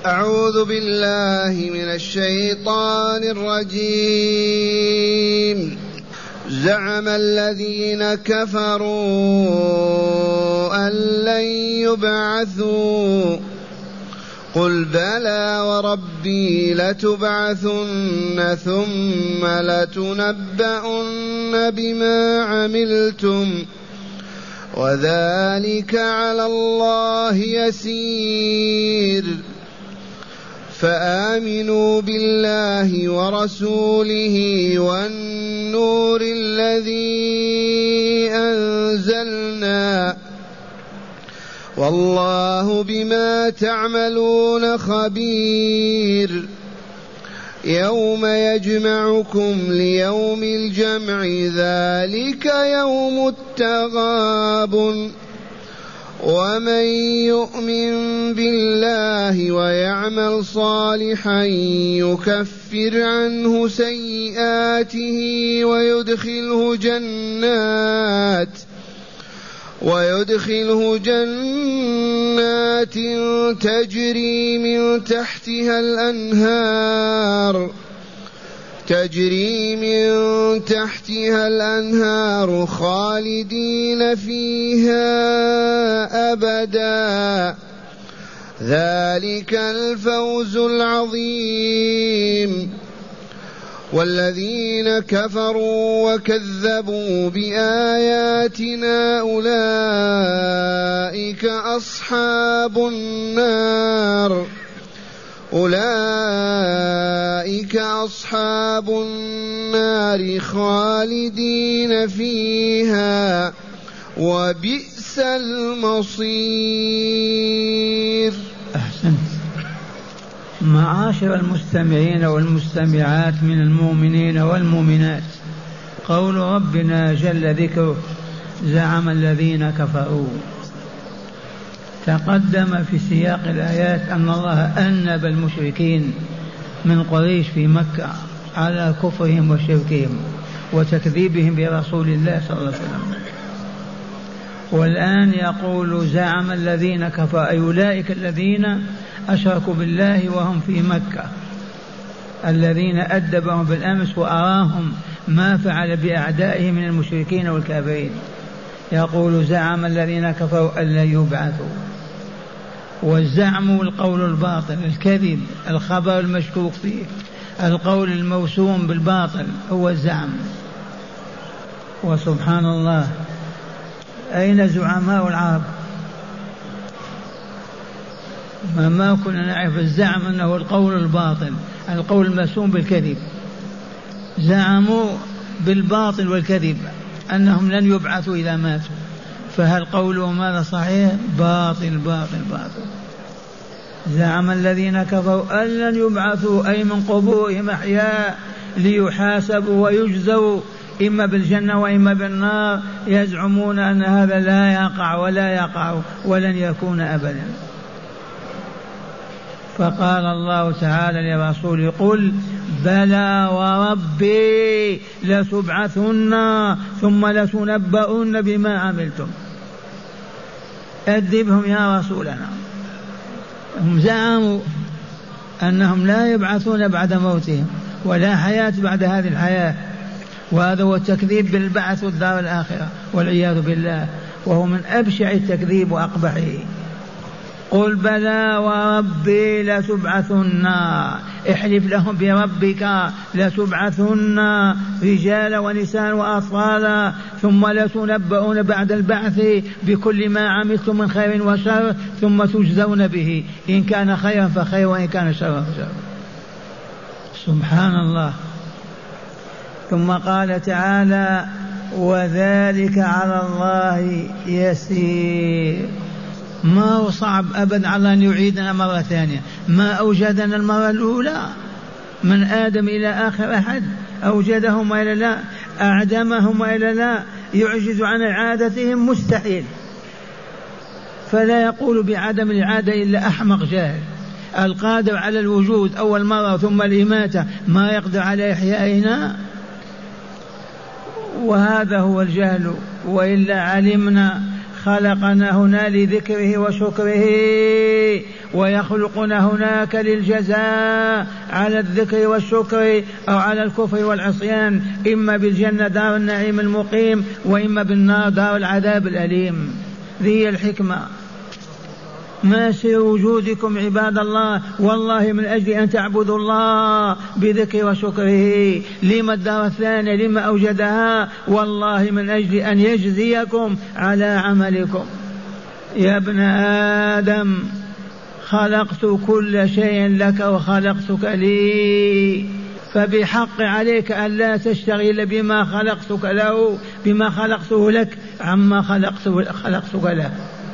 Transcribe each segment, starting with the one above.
أعوذ بالله من الشيطان الرجيم. زعم الذين كفروا أن لن يبعثوا قل بلى وربي لتبعثن ثم لتنبؤن بما عملتم وذلك على الله يسير. فآمنوا بالله ورسوله والنور الذي أنزلنا والله بما تعملون خبير. يوم يجمعكم ليوم الجمع ذلك يوم التغابن ومن يؤمن بالله ويعمل صالحا يكفر عنه سيئاته ويدخله جنات تجري من تحتها الأنهار خالدين فيها أبدا. ذلك الفوز العظيم. والذين كفروا وكذبوا بآياتنا أولئك أصحاب النار خالدين فيها وبئس المصير. أحسنت. معاشر المستمعين والمستمعات من المؤمنين والمؤمنات، قول ربنا جل ذكره زعم الذين كفروا. تقدم في سياق الآيات أن الله أنب المشركين من قريش في مكة على كفرهم وشركهم وتكذيبهم برسول الله صلى الله عليه وسلم. والآن يقول زعم الذين كفروا، أي أولئك الذين أشركوا بالله وهم في مكة، الذين أدبهم بالأمس وأراهم ما فعل بأعدائهم من المشركين والكافرين. يقول زعم الذين كفروا أن لن يبعثوا. والزعم القول الباطل، الكذب، الخبر المشكوك فيه، القول الموسوم بالباطل هو الزعم. وسبحان الله، أين زعماء العرب؟ ما كنا نعرف الزعم أنه القول الباطل، القول الموسوم بالكذب. زعموا بالباطل والكذب أنهم لن يبعثوا إذا ماتوا، فهل قولهم هذا صحيح؟ باطل باطل باطل. زعم الذين كفروا أن لن يبعثوا، أي من قبورهم أحياء ليحاسبوا ويجزوا إما بالجنة وإما بالنار. يزعمون أن هذا لا يقع ولا يقع ولن يكون أبدا. فقال الله تعالى لرسوله قل بلى وربي لتبعثن ثم لتنبؤن بما عملتم. أدبهم يا رسولنا. هم زعموا أنهم لا يبعثون بعد موتهم ولا حياة بعد هذه الحياة، وهذا هو التكذيب بالبعث والدار الآخرة والعياذ بالله، وهو من أبشع التكذيب وأقبحه. قل بلى وربي لتبعثن، احلف لهم بربك لتبعثن رجال ونساء وأطفالا ثم لتنبؤون بعد البعث بكل ما عملتم من خير وشر ثم تجزون به، إن كان خيرا فخير وإن كان شرا فشر. سبحان الله. ثم قال تعالى وذلك على الله يسير. ما هو صعب أبدا على أن يعيدنا مرة ثانية. ما أوجدنا المرة الأولى من آدم إلى آخر أحد أوجدهم إلا لا، أعدمهم إلا لا، يعجز عن إعادتهم مستحيل. فلا يقول بعدم الإعادة إلا أحمق جاهل. القادر على الوجود أول مرة ثم الإماتة ما يقدر على إحيائنا، وهذا هو الجهل. وإلا علمنا خلقنا هنا لذكره وشكره، ويخلقنا هناك للجزاء على الذكر والشكر أو على الكفر والعصيان، إما بالجنة دار النعيم المقيم، وإما بالنار دار العذاب الأليم. ذي الحكمة. ما سر وجودكم عباد الله؟ والله من أجل أن تعبدوا الله بذكر وشكره. لما الدار الثانية؟ لما أوجدها؟ والله من أجل أن يجزيكم على عملكم. يا ابن آدم خلقت كل شيء لك وخلقتك لي، فبحق عليك أن لا تشتغل بما خلقتك له، بما خلقته لك عما خلقتك له.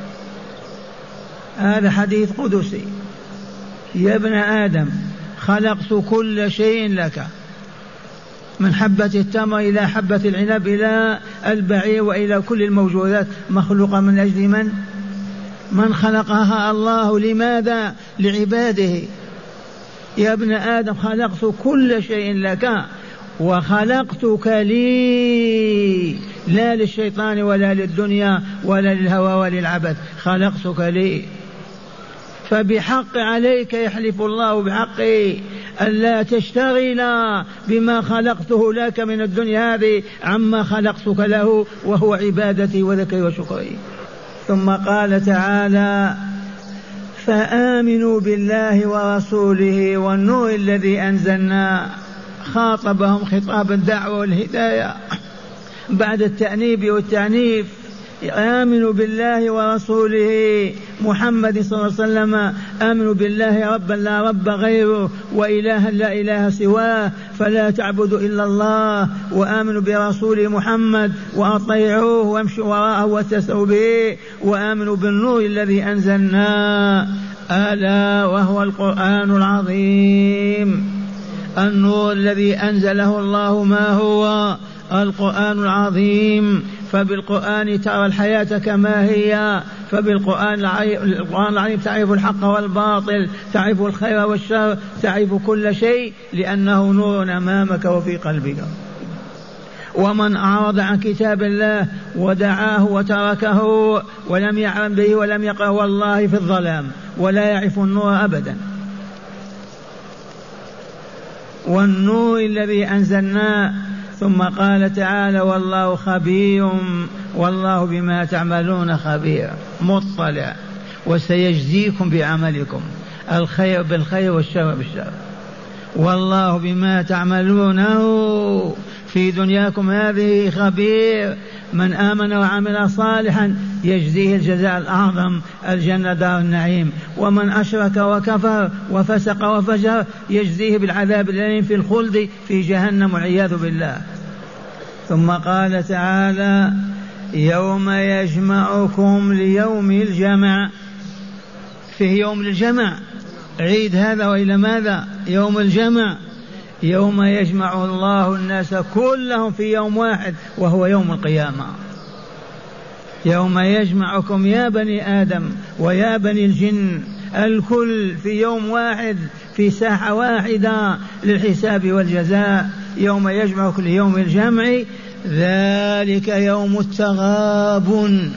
هذا حديث قدسي. يا ابن آدم خلقت كل شيء لك، من حبة التمر إلى حبة العنب إلى البعير وإلى كل الموجودات مخلوقة من أجل من خلقها؟ الله. لماذا؟ لعباده. يا ابن آدم خلقت كل شيء لك وخلقتك لي، لا للشيطان ولا للدنيا ولا للهوى ولا للعبث، خلقتك لي. فبحق عليك يحلف الله بحقه ألا تشتغل بما خلقته لك من الدنيا هذه عما خلقتك له، وهو عبادتي وذكري وشكري. ثم قال تعالى: فآمنوا بالله ورسوله والنور الذي أنزلنا. خاطبهم خطاب الدعوة والهداية بعد التأنيب والتعنيف. آمنوا بالله ورسوله محمد صلى الله عليه وسلم، آمنوا بالله ربا لا رب غيره وإلها لا إله سواه فلا تعبدوا إلا الله، وآمنوا برسول محمد وأطيعوه وامشوا وراءه واتسعوا به، وآمنوا بالنور الذي أنزلنا ألا وهو القرآن العظيم. النور الذي أنزله الله ما هو؟ القرآن العظيم. فبالقرآن ترى الحياة كما هي، فبالقرآن العظيم تعرف الحق والباطل، تعرف الخير والشر، تعرف كل شيء، لأنه نور أمامك وفي قلبك. ومن أعرض عن كتاب الله ودعاه وتركه ولم يعلم به ولم يقرأ والله في الظلام ولا يعرف النور أبدا. والنور الذي أنزلناه. ثم قال تعالى: والله خبير، والله بما تعملون خبير مطلع، وسيجزيكم بعملكم، الخير بالخير والشر بالشر. والله بما تعملونه في دنياكم هذه خبير. من آمن وعمل صالحا يجزيه الجزاء الأعظم الجنة دار النعيم، ومن أشرك وكفر وفسق وفجر يجزيه بالعذاب الأليم في الخلد في جهنم والعياذ بالله. ثم قال تعالى: يوم يجمعكم ليوم الجمع. فيه يوم الجمع، عيد هذا وإلى ماذا؟ يوم الجمع. يوم يجمع الله الناس كلهم في يوم واحد وهو يوم القيامة. يوم يجمعكم يا بني آدم ويا بني الجن الكل في يوم واحد في ساحة واحدة للحساب والجزاء. يوم يجمعكم ليوم الجمع ذلك يوم التغابن.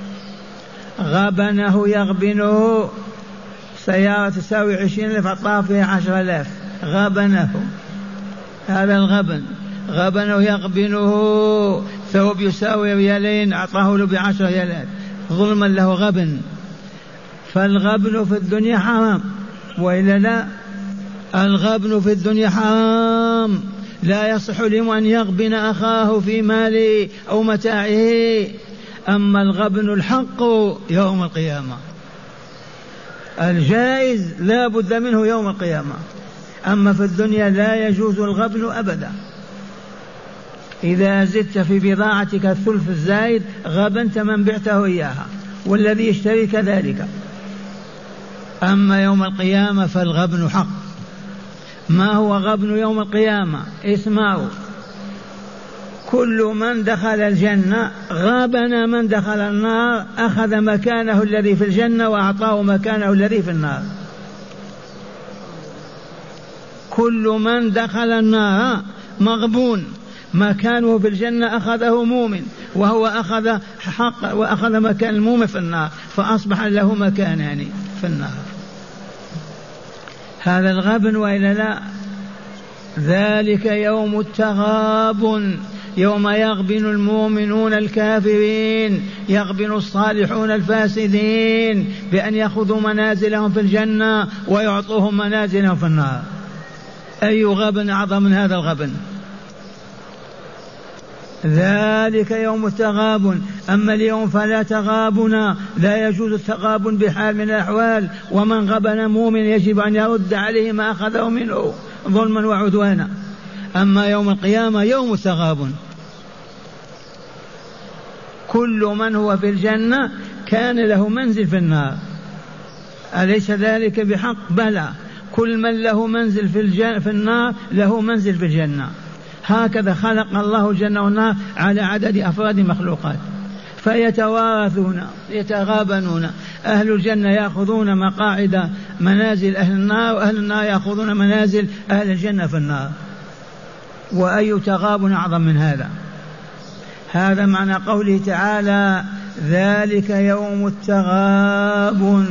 غبنه يغبنه، سيارة تساوي 20,000 أطراف فيها 10,000. غبنه، هذا الغبن. غبنه يغبنه، ثوب يساوي 2 أعطاه له ب10 ريالات ظلما له غبن. فالغبن في الدنيا حرام وإلا لا؟ الغبن في الدنيا حرام، لا يصح له أن يغبن أخاه في ماله أو متاعه. أما الغبن الحق يوم القيامة، الجائز لا بد منه يوم القيامة. أما في الدنيا لا يجوز الغبن أبدا. إذا زدت في بضاعتك الثلث الزايد غبنت من بعته إياها والذي يشتري كذلك. أما يوم القيامة فالغبن حق. ما هو غبن يوم القيامة؟ اسمعوا: كل من دخل الجنة غابن من دخل النار، أخذ مكانه الذي في الجنة وأعطاه مكانه الذي في النار. كل من دخل النار مغبون، مكانه في الجنة أخذه مؤمن، وهو أخذ مكان المؤمن في النار، فأصبح له مكانان في النار. هذا الغبن وإلا لا؟ ذلك يوم التغابن، يوم يغبن المؤمنون الكافرين، يغبن الصالحون الفاسدين بأن يأخذوا منازلهم في الجنة ويعطوهم منازلهم في النار. أي غبن أعظم من هذا الغبن؟ ذلك يوم التغابن. أما اليوم فلا تغابن، لا يجوز التغابن بحال من الأحوال، ومن غبن مؤمن يجب أن يرد عليه ما أخذه منه ظلما وعدوانا. أما يوم القيامة يوم التغابن، كل من هو في الجنة كان له منزل في النار، أليس ذلك بحق؟ بلى، كل من له منزل في النار له منزل في الجنة. هكذا خلق الله الجنة والنار على عدد أفراد مخلوقات، فيتوارثون يتغابنون. أهل الجنة يأخذون مقاعد منازل أهل النار، وأهل النار يأخذون منازل أهل الجنة في النار. وأي تغابن أعظم من هذا؟ هذا معنى قوله تعالى ذلك يوم التغابن.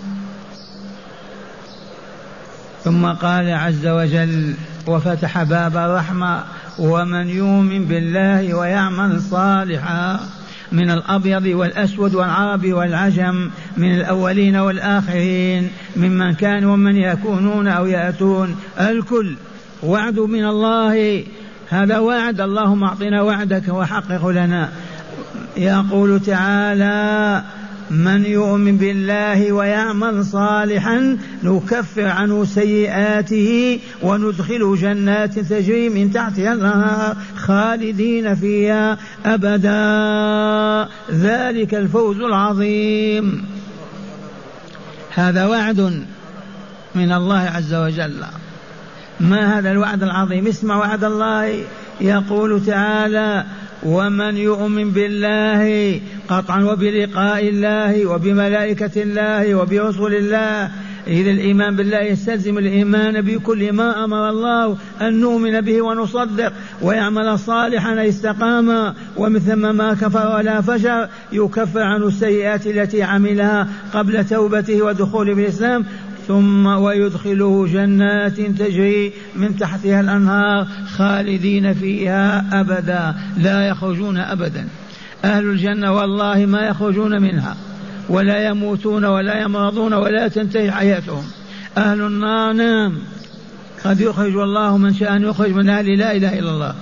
ثم قال عز وجل وفتح باب الرحمة ومن يؤمن بالله ويعمل صالحا من الأبيض والأسود والعرب والعجم، من الأولين والآخرين، ممن كانوا ومن يكونون أو يأتون، الكل وعد من الله. هذا وعد، اللهم أعطنا وعدك وحقق لنا. يقول تعالى من يؤمن بالله ويعمل صالحا نكفر عنه سيئاته وندخله جنات تجري من تحتها الأنهار خالدين فيها أبدا، ذلك الفوز العظيم. هذا وعد من الله عز وجل. ما هذا الوعد العظيم؟ اسمع وعد الله. يقول تعالى ومن يؤمن بالله قطعا وبلقاء الله وبملائكة الله وبرسل الله. إذا الإيمان بالله يستلزم الإيمان بكل ما أمر الله أن نؤمن به ونصدق، ويعمل صالحا استقاما، ومثل ما كفر ولا فجر يكفر عنه السيئات التي عملها قبل توبته ودخوله بالإسلام، ثم ويدخله جنات تجري من تحتها الأنهار خالدين فيها أبدا، لا يخرجون أبدا. أهل الجنة والله ما يخرجون منها ولا يموتون ولا يمرضون ولا تنتهي حياتهم. أهل النار نام، قد يخرج الله من شاء أن يخرج من أهل لا إله إلا الله.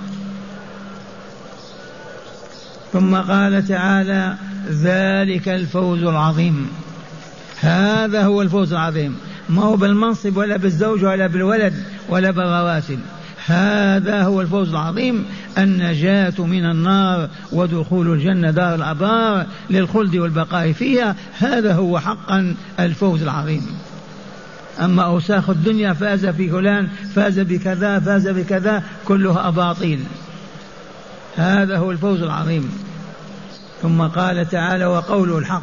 ثم قال تعالى ذلك الفوز العظيم. هذا هو الفوز العظيم، ما هو بالمنصب ولا بالزوج ولا بالولد ولا بالرواتب. هذا هو الفوز العظيم، النجاة من النار ودخول الجنة دار الأبرار للخلد والبقاء فيها. هذا هو حقا الفوز العظيم. أما أوساخ الدنيا فاز في فلان، فاز بكذا، فاز بكذا، كلها أباطيل. هذا هو الفوز العظيم. ثم قال تعالى وقوله الحق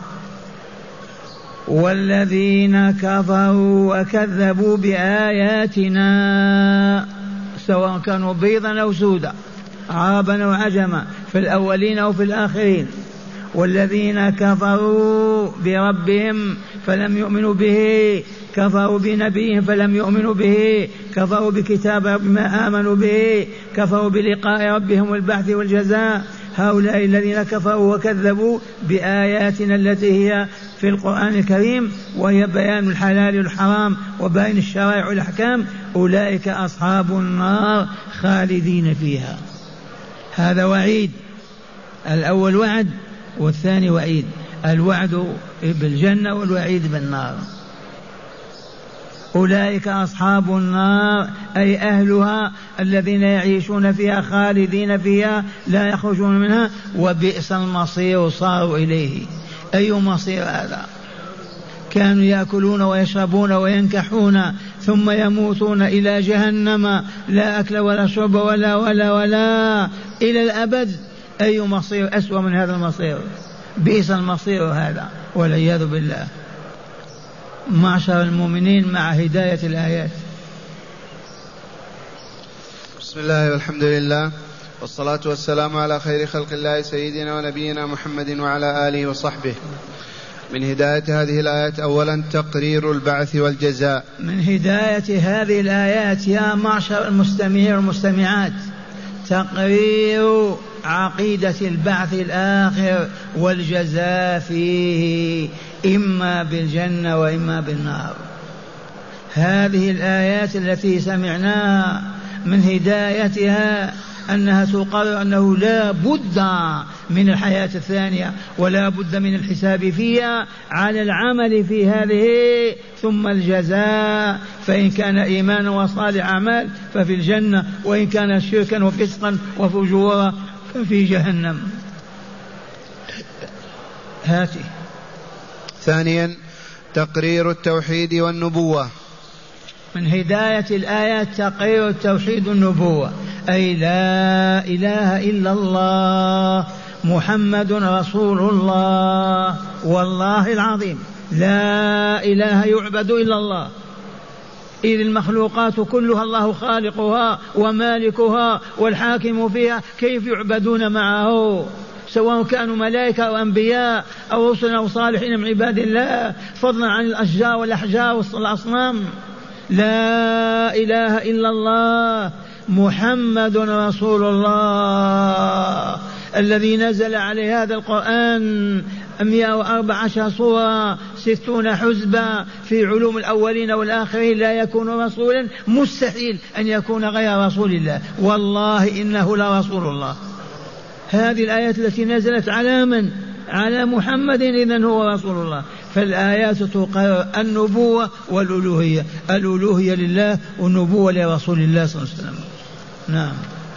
والذين كفروا وكذبوا بآياتنا سواء كانوا بيضا أو سودا، عربا أو عجما، في الأولين أو في الآخرين. والذين كفروا بربهم فلم يؤمنوا به، كفروا بنبيهم فلم يؤمنوا به، كفروا بكتاب ما آمنوا به، كفروا بلقاء ربهم والبعث والجزاء. هؤلاء الذين كفروا وكذبوا بآياتنا التي هي في القرآن الكريم، وهي بيان الحلال والحرام وبيان الشرائع والأحكام، أولئك أصحاب النار خالدين فيها. هذا وعيد، الأول وعد والثاني وعيد، الوعد بالجنة والوعيد بالنار. أولئك أصحاب النار أي أهلها الذين يعيشون فيها خالدين فيها لا يخرجون منها، وبئس المصير صاروا إليه. أي مصير هذا؟ كانوا يأكلون ويشربون وينكحون ثم يموتون إلى جهنم، لا أكل ولا شرب ولا ولا ولا إلى الأبد. أي مصير أسوأ من هذا المصير؟ بئس المصير هذا والعياذ بالله. معشر المؤمنين مع هداية الآيات. بسم الله والحمد لله والصلاة والسلام على خير خلق الله سيدنا ونبينا محمد وعلى آله وصحبه. من هداية هذه الآيات أولا تقرير البعث والجزاء. من هداية هذه الآيات يا معشر المستمعين والمستمعات تقرير عقيدة البعث الآخر والجزاء فيه إما بالجنة وإما بالنار. هذه الآيات التي سمعناها من هدايتها أنها تقرر أنه لا بد من الحياة الثانية ولا بد من الحساب فيها على العمل في هذه ثم الجزاء، فإن كان إيمانا وصالح أعمال ففي الجنة، وإن كان شركا وفسقا وفجورا ففي جهنم. هاتي. ثانيا تقرير التوحيد والنبوة. من هداية الآيات تقرير التوحيد والنبوة، أي لا إله إلا الله محمد رسول الله. والله العظيم لا إله يعبد إلا الله، إذ المخلوقات كلها الله خالقها ومالكها والحاكم فيها، كيف يعبدون معه؟ سواء كانوا ملائكة أو أنبياء أو رسل أو صالحين من عباد الله، فضلا عن الأشجار والأحجار والأصنام. لا إله إلا الله محمد رسول الله الذي نزل عليه هذا القرآن 114 سورة 60 حزبا في علوم الأولين والآخرين. لا يكون رسولا، مستحيل أن يكون غير رسول الله، والله إنه لرسول الله. هذه الآيات التي نزلت على من؟ على محمد، إذن هو رسول الله. فالآيات تقرر النبوة والألوهية، الألوهية لله والنبوة لرسول الله صلى الله عليه وسلم. نعم.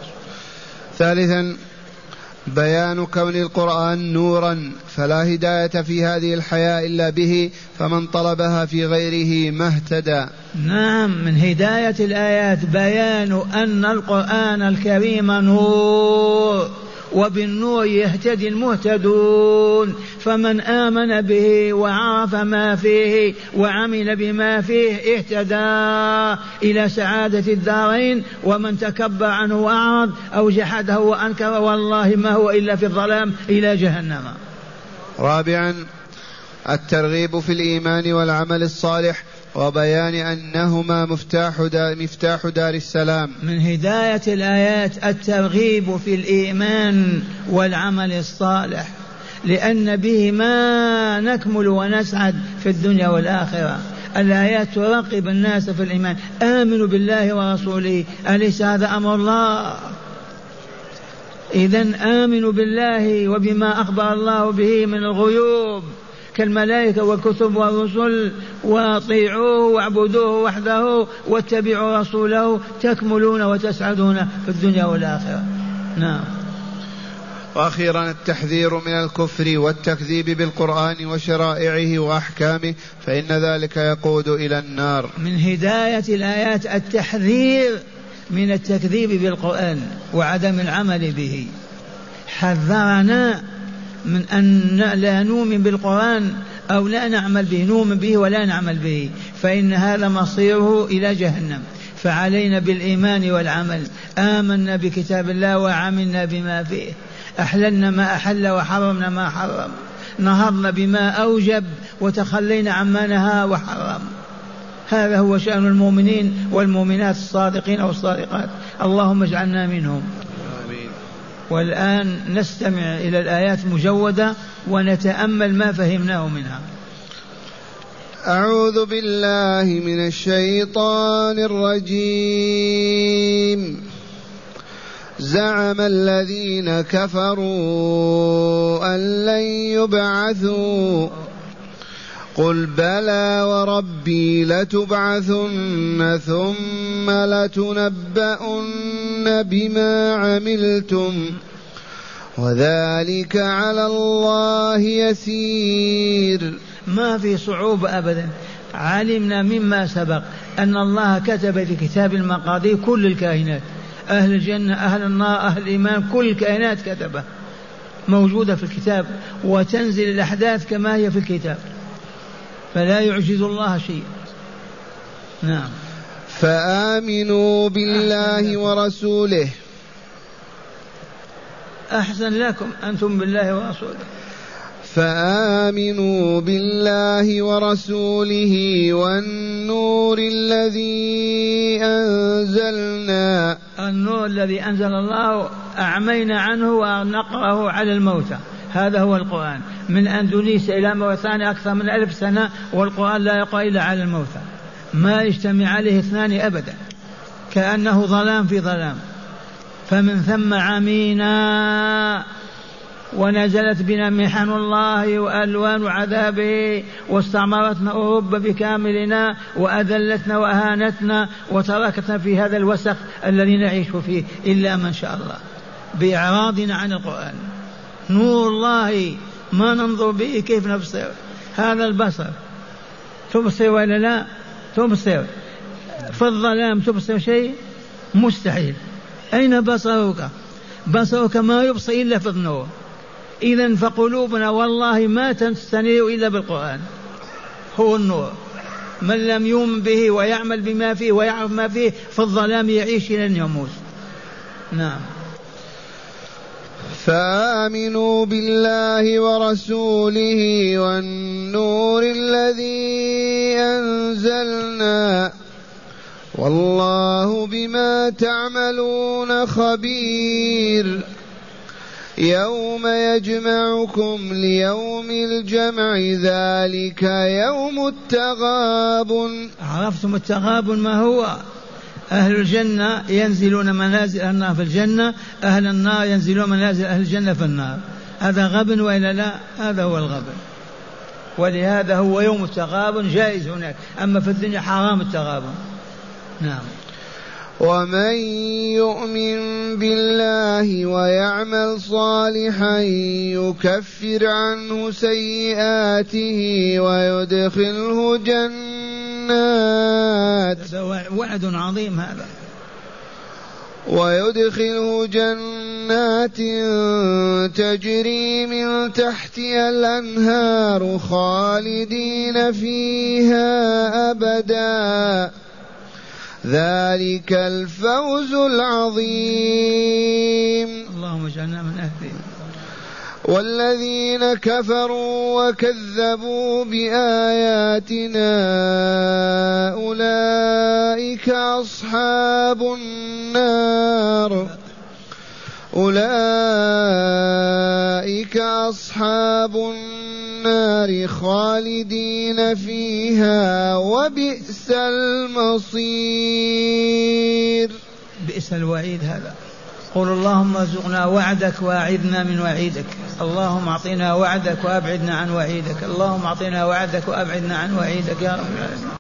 ثالثا بيان كون القرآن نورا، فلا هداية في هذه الحياة إلا به، فمن طلبها في غيره ما اهتدى. نعم، من هداية الآيات بيان أن القرآن الكريم نور، وبالنور يهتدي المهتدون، فمن آمن به وعرف ما فيه وعمل بما فيه اهتدى إلى سعادة الدارين، ومن تكبر عنه وأعرض أو جحده وأنكر والله ما هو إلا في الظلام إلى جهنم. رابعا الترغيب في الإيمان والعمل الصالح، وبيان أنهما مفتاح دار السلام. من هداية الآيات الترغيب في الإيمان والعمل الصالح، لأن بهما نكمل ونسعد في الدنيا والآخرة. الآيات ترغب الناس في الإيمان، آمنوا بالله ورسوله، أليس هذا أمر الله؟ إذن آمنوا بالله وبما أخبر الله به من الغيوب كالملائكة والكتب والرسل، واطيعوه واعبدوه وحده واتبعوا رسوله، تكملون وتسعدون في الدنيا والآخرة. نعم. وأخيرا التحذير من الكفر والتكذيب بالقرآن وشرائعه وأحكامه، فإن ذلك يقود إلى النار. من هداية الآيات التحذير من التكذيب بالقرآن وعدم العمل به. حذرنا من أن لا نؤمن بالقرآن أو لا نعمل به، نؤمن به ولا نعمل به، فإن هذا مصيره إلى جهنم. فعلينا بالإيمان والعمل، آمنا بكتاب الله وعملنا بما فيه، أحللنا ما أحل وحرمنا ما حرم، نهضنا بما أوجب وتخلينا عما نهى وحرم. هذا هو شأن المؤمنين والمؤمنات الصادقين والصادقات، اللهم اجعلنا منهم. والآن نستمع إلى الآيات المجودة ونتأمل ما فهمناه منها. أعوذ بالله من الشيطان الرجيم. زعم الذين كفروا أن لن يبعثوا، قل بلى وربي لتبعثن ثم لتنبؤن بما عملتم وذلك على الله يسير. ما في صعوبة أبدا. علمنا مما سبق أن الله كتب في كتاب المقادير كل الكائنات، أهل الجنة أهل النار أهل الإيمان، كل الكائنات كتبه موجودة في الكتاب، وتنزل الأحداث كما هي في الكتاب، فلا يعجز الله شيء. نعم. فآمنوا بالله ورسوله. أحسن لكم أنتم بالله ورسوله. فآمنوا بالله ورسوله والنور الذي أنزلنا. النور الذي أنزل الله أعمينا عنه ونقرأه على الموتى، هذا هو القرآن. من أندونيسيا إلى موريتانيا أكثر من 1000 سنة والقرآن لا يقرأ إلا على الموتى، ما يجتمع عليه اثنان أبدا، كأنه ظلام في ظلام. فمن ثم عمينا ونزلت بنا محن الله وألوان عذابه واستعمرتنا أوروبا بكاملنا وأذلتنا وأهانتنا وتركتنا في هذا الوسخ الذي نعيش فيه إلا من شاء الله بإعراضنا عن القرآن. نور الله ما ننظر به كيف نبصر، هذا البصر تبصر ولا لا تبصر؟ في الظلام تبصر شيء مستحيل. أين بصرك؟ بصرك ما يبصر إلا في النور. إذن فقلوبنا والله ما تستنير إلا بالقرآن، هو النور. من لم يؤمن به ويعمل بما فيه ويعرف ما فيه في الظلام يعيش إلى أن يموت. نعم. فآمنوا بالله ورسوله والنور الذي أنزلنا والله بما تعملون خبير. يوم يجمعكم ليوم الجمع ذلك يوم التغابن. عرفتم التغابن ما هو؟ أهل الجنة ينزلون منازل أهل النار في الجنة، أهل النار ينزلون منازل أهل الجنة في النار. هذا غبن وإلا لا؟ هذا هو الغبن، ولهذا هو يوم التغابن جائز هناك، أما في الدنيا حرام التغابن. نعم. ومن يؤمن بالله ويعمل صالحا يكفر عنه سيئاته ويدخله جنات. وعد عظيم هذا. ويدخله جنات تجري من تحتها الأنهار خالدين فيها أبدا ذلك الفوز العظيم. اللهم اجعلنا من أهله. والذين كفروا وكذبوا بآياتنا أولئك أصحاب النار. أولئك أصحاب النار خالدين فيها وبئس المصير. بئس الوعيد هذا. قل اللهم ارزقنا وعدك وأعذنا من وعيدك. اللهم أعطنا وعدك وأبعدنا عن وعيدك. اللهم أعطنا وعدك وأبعدنا عن وعيدك يا رب العالمين.